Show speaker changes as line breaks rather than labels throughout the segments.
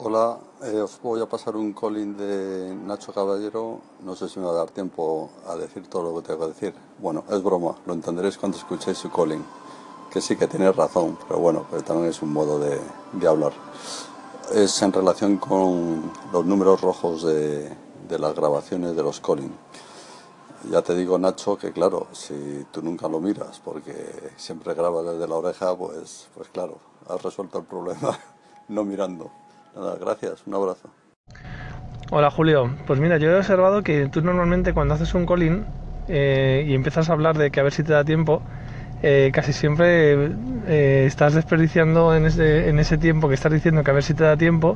Hola, os voy a pasar un calling de Nacho Caballero. No sé si me va a dar tiempo a decir todo lo que tengo que decir. Bueno, es broma, lo entenderéis cuando escuchéis su calling. Que sí, que tenéis razón, pero bueno, pero también es un modo de hablar. Es en relación con los números rojos de las grabaciones de los calling. Ya te digo, Nacho, que claro, si tú nunca lo miras porque siempre grabas desde la oreja, pues claro, has resuelto el problema no mirando. Nada, gracias, un abrazo.
Hola Julio, pues mira, yo he observado que tú normalmente cuando haces un call-in y empiezas a hablar de que a ver si te da tiempo, casi siempre estás desperdiciando en ese tiempo que estás diciendo que a ver si te da tiempo,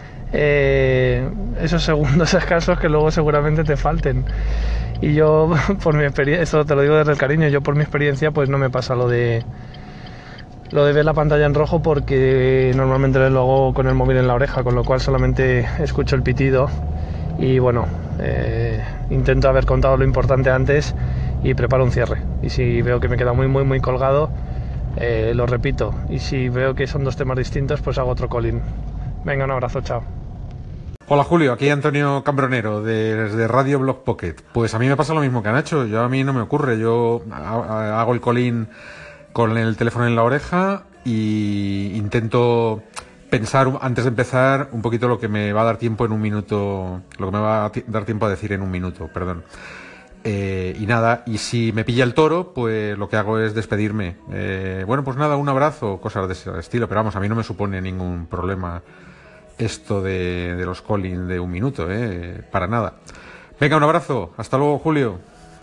esos segundos escasos que luego seguramente te falten. Y yo, por mi experiencia, eso te lo digo desde el cariño, yo por mi experiencia pues no me pasa lo de ver la pantalla en rojo porque normalmente lo hago con el móvil en la oreja, con lo cual solamente escucho el pitido y bueno, intento haber contado lo importante antes y preparo un cierre. Y si veo que me queda muy colgado, lo repito. Y si veo que son dos temas distintos, pues hago otro calling. Venga, un abrazo, chao.
Hola Julio, aquí Antonio Cambronero desde Radio Blog Pocket. Pues a mí me pasa lo mismo que a Nacho, a mí no me ocurre, yo hago el colín con el teléfono en la oreja y intento pensar antes de empezar un poquito lo que me va a dar tiempo en un minuto, lo que me va a dar tiempo a decir en un minuto, perdón. Y nada, y si me pilla el toro, pues lo que hago es despedirme. Bueno, pues nada, un abrazo, cosas de ese estilo, pero vamos, a mí no me supone ningún problema esto de los calling de un minuto, para nada. Venga, un abrazo, hasta luego Julio.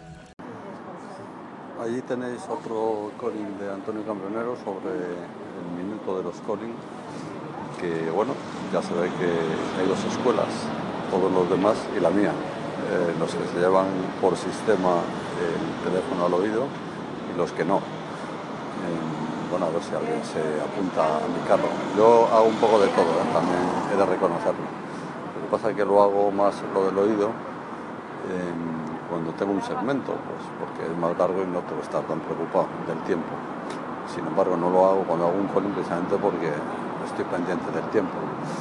Allí tenéis otro calling de Antonio Cambronero sobre el minuto de los calling, que bueno, ya se ve que hay dos escuelas, todos los demás y la mía. Los que se llevan por sistema el teléfono al oído y los que no. Bueno, a ver si alguien se apunta a mi carro. Yo hago un poco de todo, también he de reconocerlo. Lo que pasa es que lo hago más lo del oído cuando tengo un segmento, pues porque es más largo y no tengo que estar tan preocupado del tiempo. Sin embargo, no lo hago cuando hago un calling precisamente porque estoy pendiente del tiempo.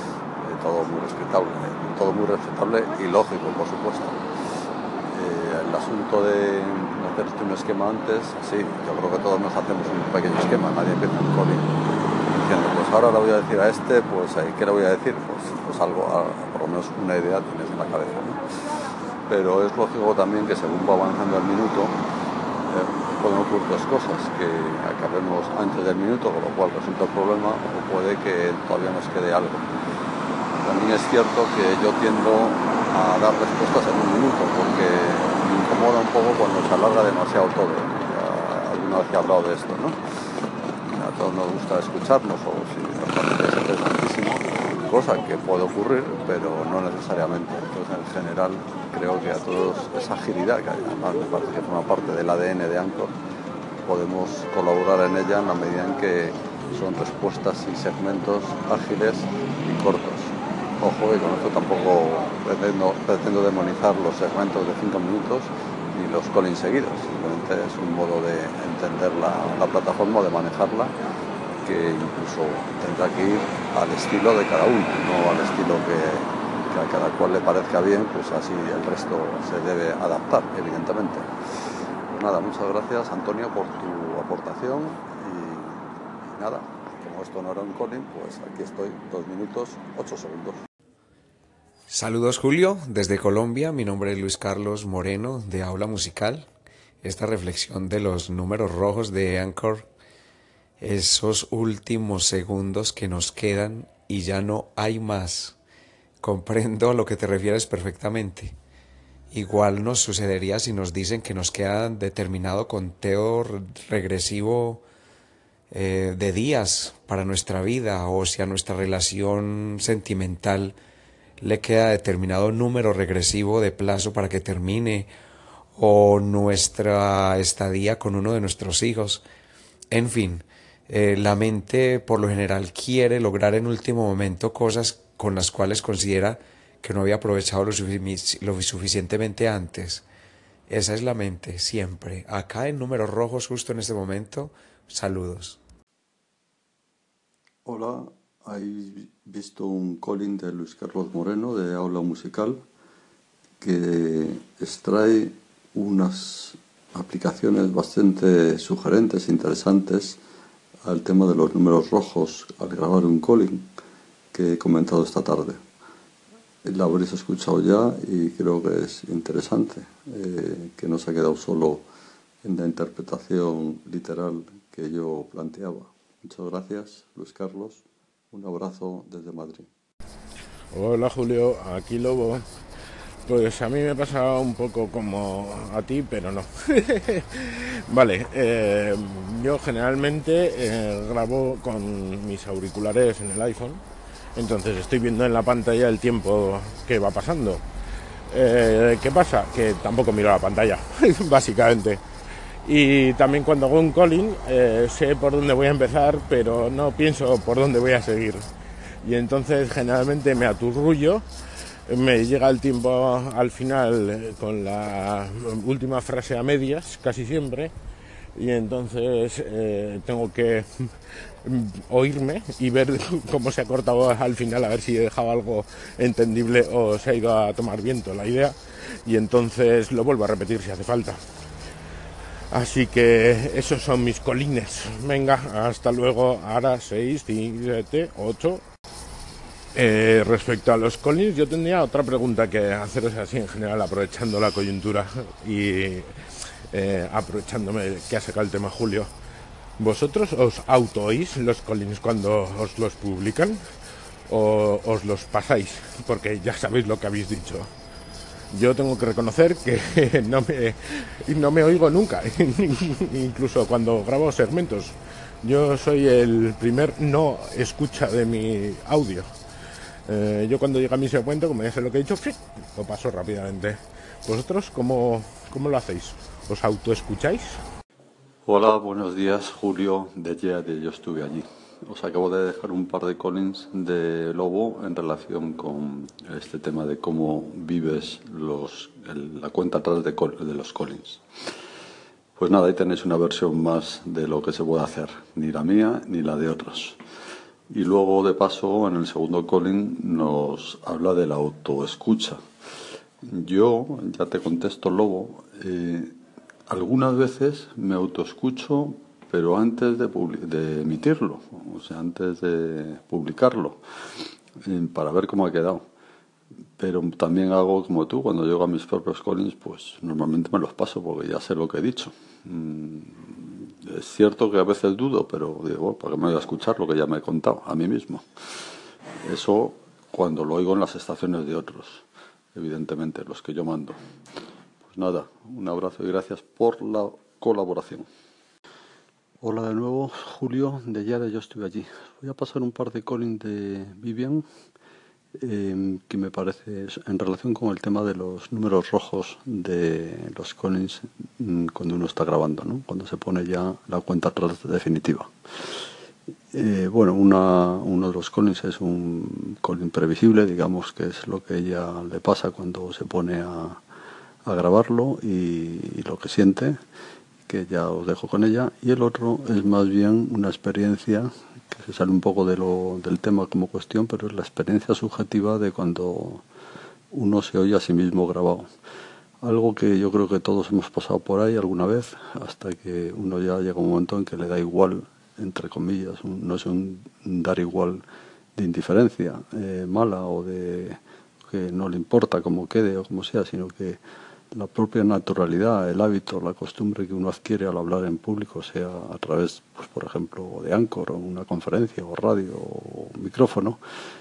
Todo muy respetable y lógico, por supuesto. El asunto de hacerte un esquema antes, sí, yo creo que todos nos hacemos un pequeño esquema, nadie empieza un calling diciendo, pues ahora le voy a decir a este, pues ¿qué le voy a decir? Pues algo, por lo menos una idea tienes en la cabeza, ¿no? Pero es lógico también que según va avanzando el minuto, pueden ocurrir dos cosas, que acabemos antes del minuto, con lo cual resulta el problema, o puede que todavía nos quede algo. También es cierto que yo tiendo a dar respuestas en un minuto, porque me incomoda un poco cuando se alarga demasiado todo. Alguna vez que he hablado de esto, ¿no? A todos nos gusta escucharnos, o si nos parece interesantísimo, cosa que puede ocurrir, pero no necesariamente. Entonces, en general, creo que a todos esa agilidad, que además me parece que forma parte del ADN de Anchor, podemos colaborar en ella en la medida en que son respuestas y segmentos ágiles y cortos. Ojo, que con esto tampoco pretendo demonizar los segmentos de 5 minutos ni los calling seguidos, simplemente es un modo de entender la plataforma, de manejarla, que incluso tendrá que ir al estilo de cada uno, no al estilo que a cada cual le parezca bien, pues así el resto se debe adaptar, evidentemente. Pues nada, muchas gracias Antonio por tu aportación y nada, como esto no era un calling, pues aquí estoy, 2 minutos, 8 segundos.
Saludos Julio, desde Colombia, mi nombre es Luis Carlos Moreno de Aula Musical. Esta reflexión de los números rojos de Anchor, esos últimos segundos que nos quedan y ya no hay más. Comprendo a lo que te refieres perfectamente. Igual nos sucedería si nos dicen que nos queda determinado conteo regresivo de días para nuestra vida, o si a nuestra relación sentimental le queda determinado número regresivo de plazo para que termine, o nuestra estadía con uno de nuestros hijos. En fin, la mente por lo general quiere lograr en último momento cosas con las cuales considera que no había aprovechado lo suficientemente antes. Esa es la mente, siempre. Acá en números rojos, justo en este momento, saludos.
Hola, He visto un calling de Luis Carlos Moreno de Aula Musical que extrae unas aplicaciones bastante sugerentes, interesantes al tema de los números rojos al grabar un calling que he comentado esta tarde. La habréis escuchado ya y creo que es interesante, que no se ha quedado solo en la interpretación literal que yo planteaba. Muchas gracias, Luis Carlos. Un abrazo desde Madrid.
Hola Julio, aquí Lobo. Pues a mí me pasa un poco como a ti, pero no. Vale, yo generalmente grabo con mis auriculares en el iPhone, entonces estoy viendo en la pantalla el tiempo que va pasando. ¿Qué pasa? Que tampoco miro la pantalla, básicamente. Y también cuando hago un calling sé por dónde voy a empezar, pero no pienso por dónde voy a seguir. Y entonces generalmente me aturrullo, me llega el tiempo al final con la última frase a medias, casi siempre, y entonces tengo que oírme y ver cómo se ha cortado al final, a ver si he dejado algo entendible o se ha ido a tomar viento la idea, y entonces lo vuelvo a repetir si hace falta. Así que esos son mis colines. Venga, hasta luego. Ahora 6, 5, 7, 8. Respecto a los collins, yo tendría otra pregunta que haceros así en general, aprovechando la coyuntura y aprovechándome que ha sacado el tema Julio. ¿Vosotros os auto-oís los collins cuando os los publican o os los pasáis? Porque ya sabéis lo que habéis dicho. Yo tengo que reconocer que no me oigo nunca, incluso cuando grabo segmentos. Yo soy el primer no escucha de mi audio. Yo cuando llega mi segmento, como ya sé lo que he dicho, lo paso rápidamente. ¿Vosotros cómo lo hacéis? ¿Os autoescucháis?
Hola, buenos días, Julio, de Yo Estuve Allí. Os acabo de dejar un par de callings de Lobo en relación con este tema de cómo vives la cuenta atrás de los callings. Pues nada, ahí tenéis una versión más de lo que se puede hacer, ni la mía ni la de otros. Y luego, de paso, en el segundo calling nos habla de la autoescucha. Yo, ya te contesto, Lobo, algunas veces me autoescucho, pero antes de emitirlo, o sea, antes de publicarlo, para ver cómo ha quedado. Pero también hago como tú, cuando llego a mis propios callings, pues normalmente me los paso porque ya sé lo que he dicho. Es cierto que a veces dudo, pero digo, bueno, ¿para qué me voy a escuchar lo que ya me he contado a mí mismo? Eso cuando lo oigo en las estaciones de otros, evidentemente, los que yo mando. Pues nada, un abrazo y gracias por la colaboración. Hola de nuevo, Julio, de Yo Estuve Allí. Voy a pasar un par de calling de Vivian, que me parece en relación con el tema de los números rojos de los callings cuando uno está grabando, ¿no? Cuando se pone ya la cuenta atrás definitiva. Bueno, uno de los callings es un calling previsible, digamos que es lo que ella le pasa cuando se pone a grabarlo y lo que siente, que ya os dejo con ella. Y el otro es más bien una experiencia que se sale un poco del tema como cuestión, pero es la experiencia subjetiva de cuando uno se oye a sí mismo grabado. Algo que yo creo que todos hemos pasado por ahí alguna vez, hasta que uno ya llega un momento en que le da igual, entre comillas, no es un dar igual de indiferencia mala o de que no le importa cómo quede o como sea, sino que la propia naturalidad, el hábito, la costumbre que uno adquiere al hablar en público, sea a través, pues, por ejemplo, de Anchor o una conferencia o radio o micrófono,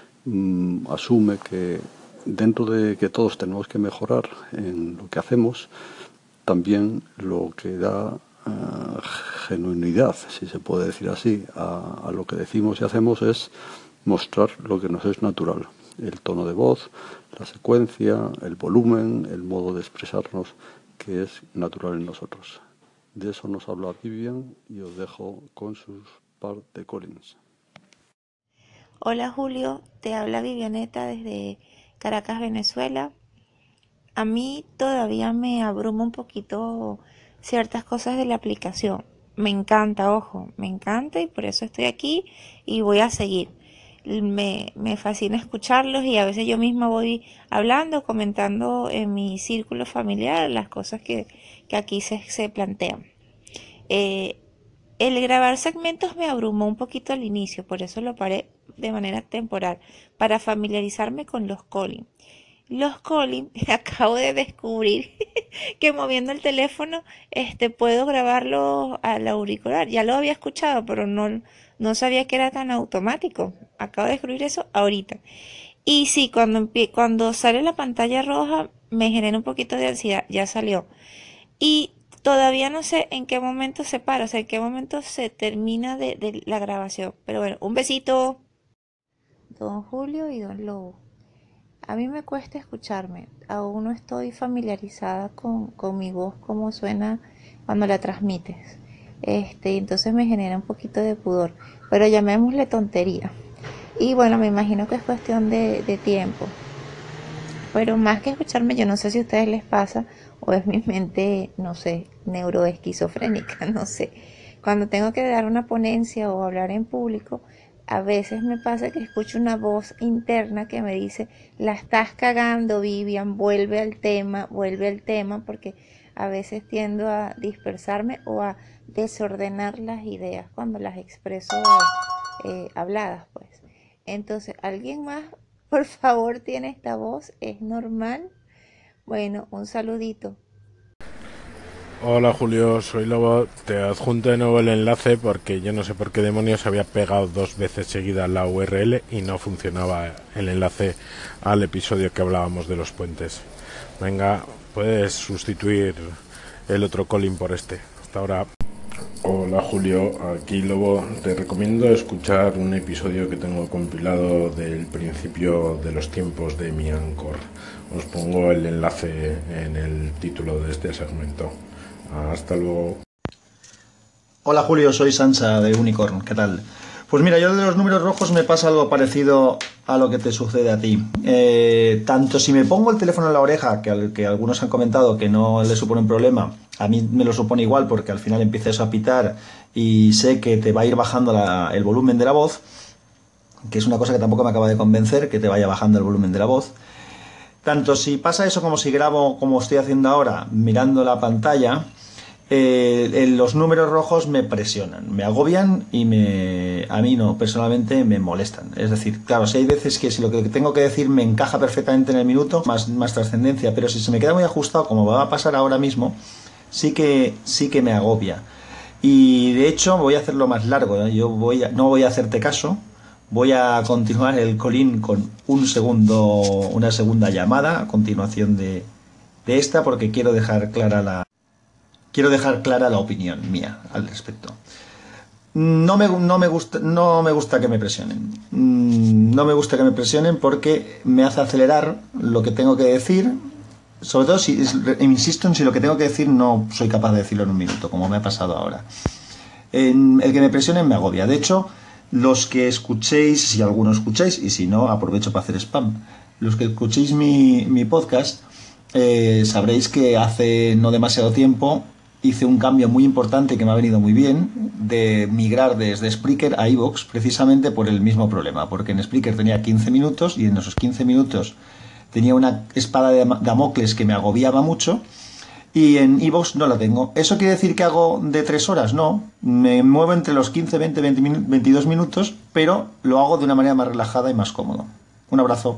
asume que dentro de que todos tenemos que mejorar en lo que hacemos, también lo que da genuinidad, si se puede decir así, a lo que decimos y hacemos es mostrar lo que nos es natural. El tono de voz, la secuencia, el volumen, el modo de expresarnos que es natural en nosotros. De eso nos habla Vivian y os dejo con sus par de callings.
Hola Julio, te habla Vivianeta desde Caracas, Venezuela. A mí todavía me abruma un poquito ciertas cosas de la aplicación. Me encanta, ojo, me encanta y por eso estoy aquí y voy a seguir. me fascina escucharlos y a veces yo misma voy hablando, comentando en mi círculo familiar las cosas que aquí se plantean. El grabar segmentos me abrumó un poquito al inicio, por eso lo paré de manera temporal, para familiarizarme con los calling. Los calling, acabo de descubrir que moviendo el teléfono puedo grabarlo al auricular. Ya lo había escuchado, pero no sabía que era tan automático. Acabo de descubrir eso ahorita. Y sí, cuando sale la pantalla roja me genera un poquito de ansiedad. Ya salió. Y todavía no sé en qué momento se para, o sea, en qué momento se termina de la grabación. Pero bueno, un besito. Don Julio y Don Lobo. A mí me cuesta escucharme, aún no estoy familiarizada con mi voz, cómo suena cuando la transmites. Entonces me genera un poquito de pudor, pero llamémosle tontería. Y bueno, me imagino que es cuestión de tiempo. Pero más que escucharme, yo no sé si a ustedes les pasa o es mi mente, no sé, neuroesquizofrénica, no sé. Cuando tengo que dar una ponencia o hablar en público, a veces me pasa que escucho una voz interna que me dice, la estás cagando, Vivian, vuelve al tema, porque a veces tiendo a dispersarme o a desordenar las ideas cuando las expreso habladas, pues. Entonces, ¿alguien más, por favor, tiene esta voz? ¿Es normal? Bueno, un saludito.
Hola Julio, soy Lobo. Te adjunto de nuevo el enlace porque yo no sé por qué demonios había pegado 2 veces seguida la URL y no funcionaba el enlace al episodio que hablábamos de los puentes. Venga, puedes sustituir el otro calling por este. Hasta ahora. Hola Julio, aquí Lobo. Te recomiendo escuchar un episodio que tengo compilado del principio de los tiempos de mi Anchor. Os pongo el enlace en el título de este segmento. Hasta luego.
Hola Julio, soy Sansa de Unicorn, ¿qué tal? Pues mira, yo de los números rojos me pasa algo parecido a lo que te sucede a ti. Tanto si me pongo el teléfono en la oreja, que algunos han comentado que no le supone un problema, a mí me lo supone igual porque al final empieza eso a pitar y sé que te va a ir bajando el volumen de la voz, que es una cosa que tampoco me acaba de convencer, que te vaya bajando el volumen de la voz. Tanto si pasa eso como si grabo como estoy haciendo ahora, mirando la pantalla, los números rojos me presionan, me agobian y a mí no, personalmente me molestan. Es decir, claro, si hay veces que si lo que tengo que decir me encaja perfectamente en el minuto, más trascendencia, pero si se me queda muy ajustado, como va a pasar ahora mismo, sí que me agobia. Y de hecho voy a hacerlo más largo, ¿no? No voy a hacerte caso. Voy a continuar el colín con una segunda llamada a continuación de esta porque quiero dejar clara la opinión mía al respecto. No me gusta que me presionen. No me gusta que me presionen porque me hace acelerar lo que tengo que decir. Sobre todo insisto en si lo que tengo que decir no soy capaz de decirlo en un minuto, como me ha pasado ahora. El que me presionen me agobia. De hecho, los que escuchéis, si alguno escucháis, y si no, aprovecho para hacer spam, los que escuchéis mi podcast, sabréis que hace no demasiado tiempo hice un cambio muy importante que me ha venido muy bien, de migrar desde Spreaker a iVoox, precisamente por el mismo problema, porque en Spreaker tenía 15 minutos y en esos 15 minutos tenía una espada de Damocles que me agobiaba mucho, y en iVoox no la tengo. ¿Eso quiere decir que hago de 3 horas? No, me muevo entre los 15, 20, 22 minutos, pero lo hago de una manera más relajada y más cómodo. Un abrazo.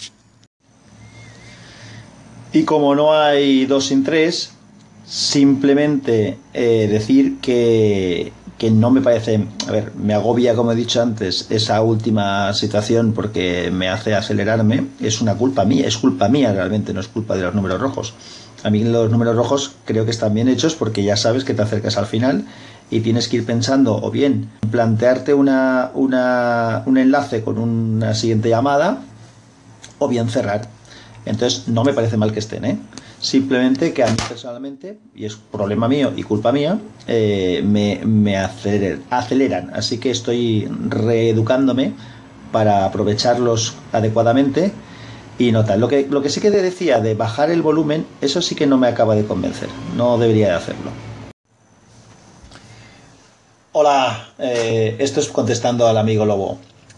Y como no hay 2 sin 3, simplemente decir que no me parece, me agobia, como he dicho antes, esa última situación porque me hace acelerarme. Es culpa mía realmente, no es culpa de los números rojos. A mí los números rojos creo que están bien hechos porque ya sabes que te acercas al final y tienes que ir pensando o bien plantearte un enlace con una siguiente llamada o bien cerrar. Entonces no me parece mal que estén, Simplemente que a mí personalmente, y es problema mío y culpa mía, me aceleran. Así que estoy reeducándome para aprovecharlos adecuadamente y no tal. Lo que sí que te decía de bajar el volumen, eso sí que no me acaba de convencer. No debería de hacerlo. Hola, esto es contestando al amigo Lobo.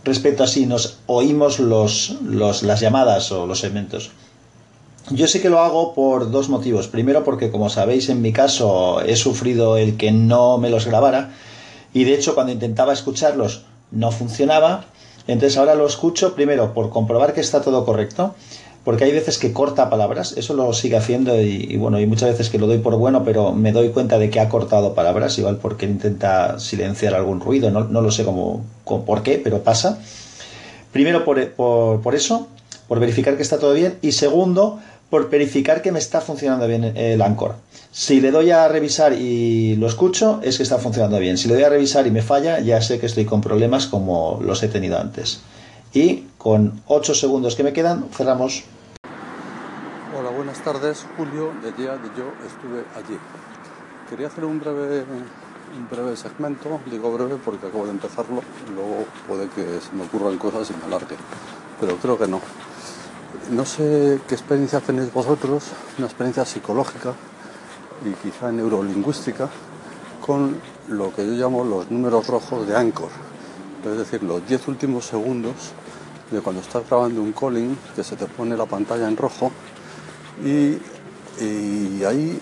respecto a si nos oímos las llamadas o los segmentos. Yo sé que lo hago por dos motivos. Primero, porque como sabéis, en mi caso he sufrido el que no me los grabara y de hecho cuando intentaba escucharlos no funcionaba. Entonces ahora lo escucho primero por comprobar que está todo correcto, porque hay veces que corta palabras, eso lo sigue haciendo y bueno, hay muchas veces que lo doy por bueno, pero me doy cuenta de que ha cortado palabras, igual porque intenta silenciar algún ruido, no lo sé por qué, pero pasa. Primero por eso, por verificar que está todo bien, y segundo, por verificar que me está funcionando bien el Anchor. Si le doy a revisar y lo escucho, es que está funcionando bien. Si le doy a revisar y me falla, ya sé que estoy con problemas como los he tenido antes. Y con 8 segundos que me quedan, cerramos.
Hola, buenas tardes, Julio, de Yo estuve allí. Quería hacer un breve segmento, digo breve porque acabo de empezarlo, luego puede que se me ocurran cosas y me alargue, pero creo que no. No sé qué experiencia tenéis vosotros, una experiencia psicológica y quizá neurolingüística con lo que yo llamo los números rojos de Anchor, es decir, los 10 últimos segundos de cuando estás grabando un calling, que se te pone la pantalla en rojo y ahí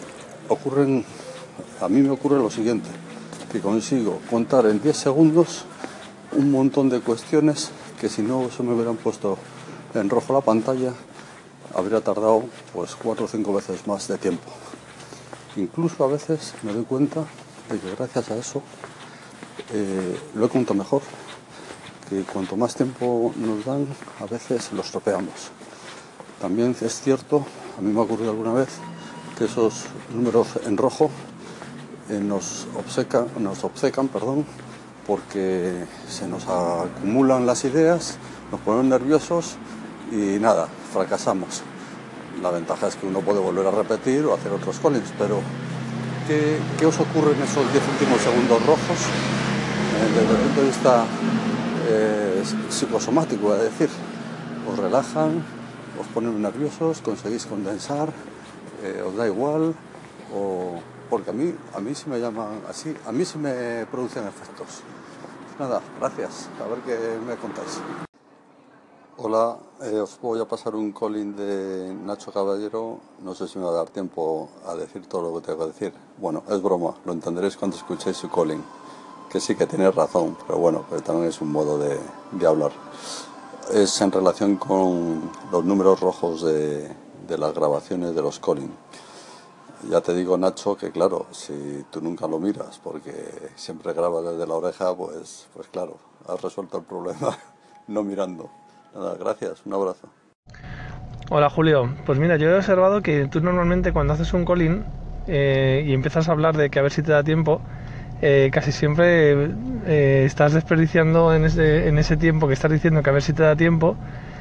a mí me ocurre lo siguiente, que consigo contar en 10 segundos un montón de cuestiones que si no se me hubieran puesto en rojo la pantalla habría tardado pues 4 o 5 veces más de tiempo. Incluso a veces me doy cuenta de que gracias a eso lo he contado mejor, que cuanto más tiempo nos dan a veces lo estropeamos. También es cierto, a mí me ha ocurrido alguna vez, que esos números en rojo nos obcecan, porque se nos acumulan las ideas, nos ponemos nerviosos y nada, fracasamos. La ventaja es que uno puede volver a repetir o hacer otros callings, pero ¿qué os ocurre en esos 10 últimos segundos rojos? Desde el punto de vista psicosomático, es decir, os relajan, os ponen nerviosos, conseguís condensar, os da igual, porque a mí sí me llaman así, a mí sí me producen efectos. Nada, gracias, a ver qué me contáis. Hola, os voy a pasar un calling de Nacho Caballero, no sé si me va a dar tiempo a decir todo lo que tengo que decir. Bueno, es broma, lo entenderéis cuando escuchéis su calling, que sí que tenéis razón, pero bueno, pero también es un modo de hablar. Es en relación con los números rojos de las grabaciones de los calling. Ya te digo, Nacho, que claro, si tú nunca lo miras porque siempre grabas desde la oreja, pues claro, has resuelto el problema no mirando. Nada, gracias, un abrazo.
Hola Julio, pues mira, yo he observado que tú normalmente cuando haces un calling y empiezas a hablar de que a ver si te da tiempo, casi siempre estás desperdiciando en ese tiempo que estás diciendo que a ver si te da tiempo,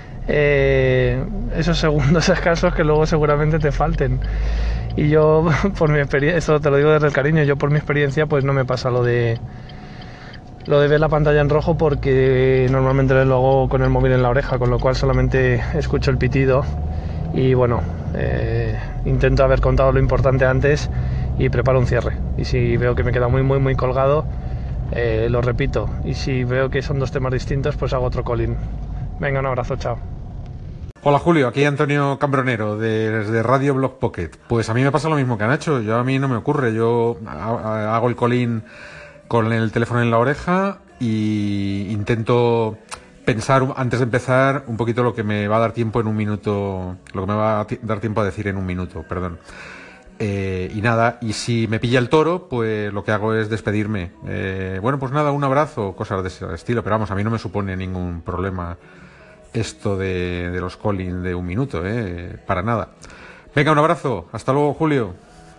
esos segundos escasos que luego seguramente te falten. Y yo, por mi experiencia, eso te lo digo desde el cariño, yo por mi experiencia pues no me pasa lo de ver la pantalla en rojo, porque normalmente lo hago con el móvil en la oreja, con lo cual solamente escucho el pitido y bueno, intento haber contado lo importante antes y preparo un cierre. Y si veo que me queda muy colgado, lo repito. Y si veo que son dos temas distintos, pues hago otro calling. Venga, un abrazo, chao.
Hola Julio, aquí Antonio Cambronero desde Radio Blog Pocket. Pues a mí me pasa lo mismo que a Nacho, a mí no me ocurre, yo hago el calling con el teléfono en la oreja y intento pensar antes de empezar un poquito lo que me va a dar tiempo en un minuto, lo que me va a dar tiempo a decir en un minuto, perdón. Y nada, y si me pilla el toro, pues lo que hago es despedirme. Bueno, pues nada, un abrazo, cosas de ese estilo, pero vamos, a mí no me supone ningún problema esto de los callings de un minuto, para nada. Venga, un abrazo, hasta luego Julio.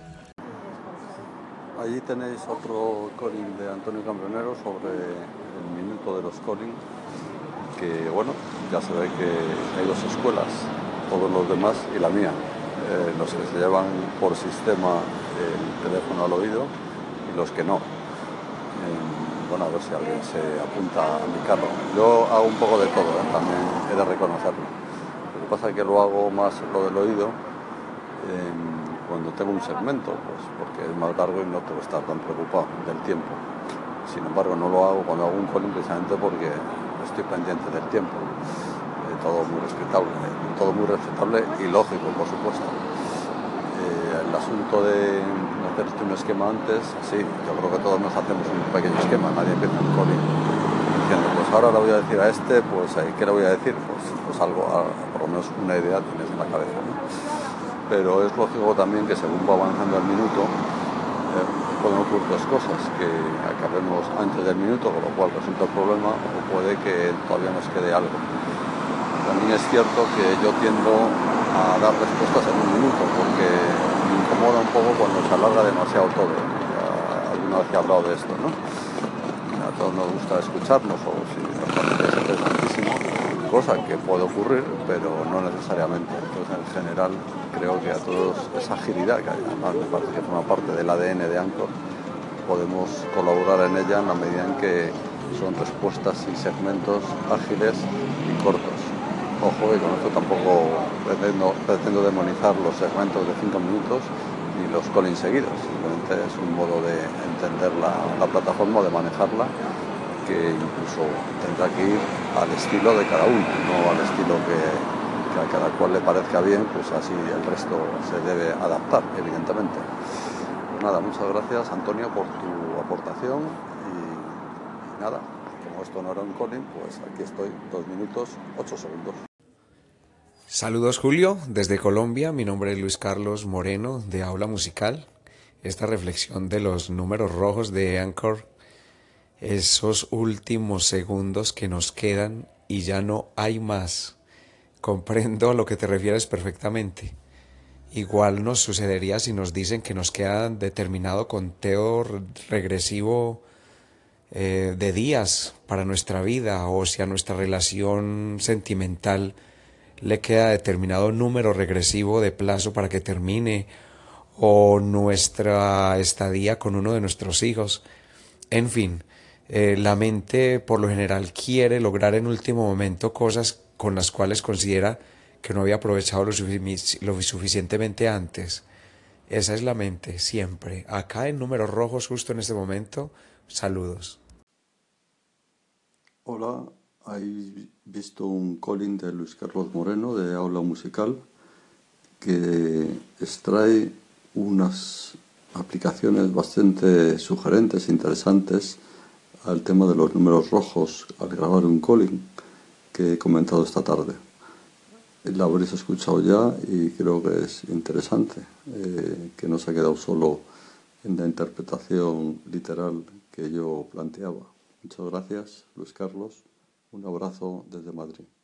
Allí tenéis otro calling de Antonio Cambronero sobre el minuto de los calling, que bueno, ya se ve que hay dos escuelas, todos los demás y la mía, los que se llevan por sistema el teléfono al oído y los que no. Bueno, a ver si alguien se apunta a mi carro. Yo hago un poco de todo, también he de reconocerlo. Lo que pasa es que lo hago más lo del oído cuando tengo un segmento, pues porque es más largo y no tengo que estar tan preocupado del tiempo. Sin embargo, no lo hago cuando hago un calling precisamente porque estoy pendiente del tiempo. Todo muy respetable y lógico, por supuesto. El asunto de hacerte un esquema antes, sí, yo creo que todos nos hacemos un pequeño esquema, nadie empieza un calling diciendo, pues ahora le voy a decir a este, pues ¿qué le voy a decir? Pues algo, por lo menos una idea tienes en la cabeza, ¿no? Pero es lógico también que según va avanzando el minuto, pueden ocurrir dos cosas, que acabemos antes del minuto, con lo cual resulta el problema, o puede que todavía nos quede algo. También es cierto que yo tiendo a dar respuestas en un minuto, porque me incomoda un poco cuando se alarga demasiado todo. Alguna vez he hablado de esto, ¿no? A todos nos gusta escucharnos, o si nos parece interesantísimo, cosa que puede ocurrir, pero no necesariamente. Entonces, en general, creo que a todos esa agilidad, que además me parece que forma parte del ADN de Anchor, podemos colaborar en ella en la medida en que son respuestas y segmentos ágiles y cortos. Ojo, y con esto tampoco pretendo demonizar los segmentos de 5 minutos ni los callings seguidos, simplemente es un modo de entender la plataforma, de manejarla, que incluso tendrá que ir al estilo de cada uno, no al estilo que a cada cual le parezca bien, pues así el resto se debe adaptar, evidentemente. Pues nada, muchas gracias, Antonio, por tu aportación y nada, como esto no era un calling, pues aquí estoy, 2 minutos, 8 segundos.
Saludos Julio, desde Colombia, mi nombre es Luis Carlos Moreno de Aula Musical. Esta reflexión de los números rojos de Anchor, esos últimos segundos que nos quedan y ya no hay más. Comprendo a lo que te refieres perfectamente. Igual nos sucedería si nos dicen que nos queda determinado conteo regresivo de días para nuestra vida, o si a nuestra relación sentimental le queda determinado número regresivo de plazo para que termine, o nuestra estadía con uno de nuestros hijos. En fin, la mente por lo general quiere lograr en último momento cosas con las cuales considera que no había aprovechado lo suficientemente antes. Esa es la mente, siempre. Acá en números rojos, justo en este momento, saludos.
Hola, ¿habéis visto un calling de Luis Carlos Moreno de Aula Musical que extrae unas aplicaciones bastante sugerentes, interesantes al tema de los números rojos al grabar un calling que he comentado esta tarde? La habréis escuchado ya y creo que es interesante, que no se ha quedado solo en la interpretación literal que yo planteaba. Muchas gracias, Luis Carlos. Un abrazo desde Madrid.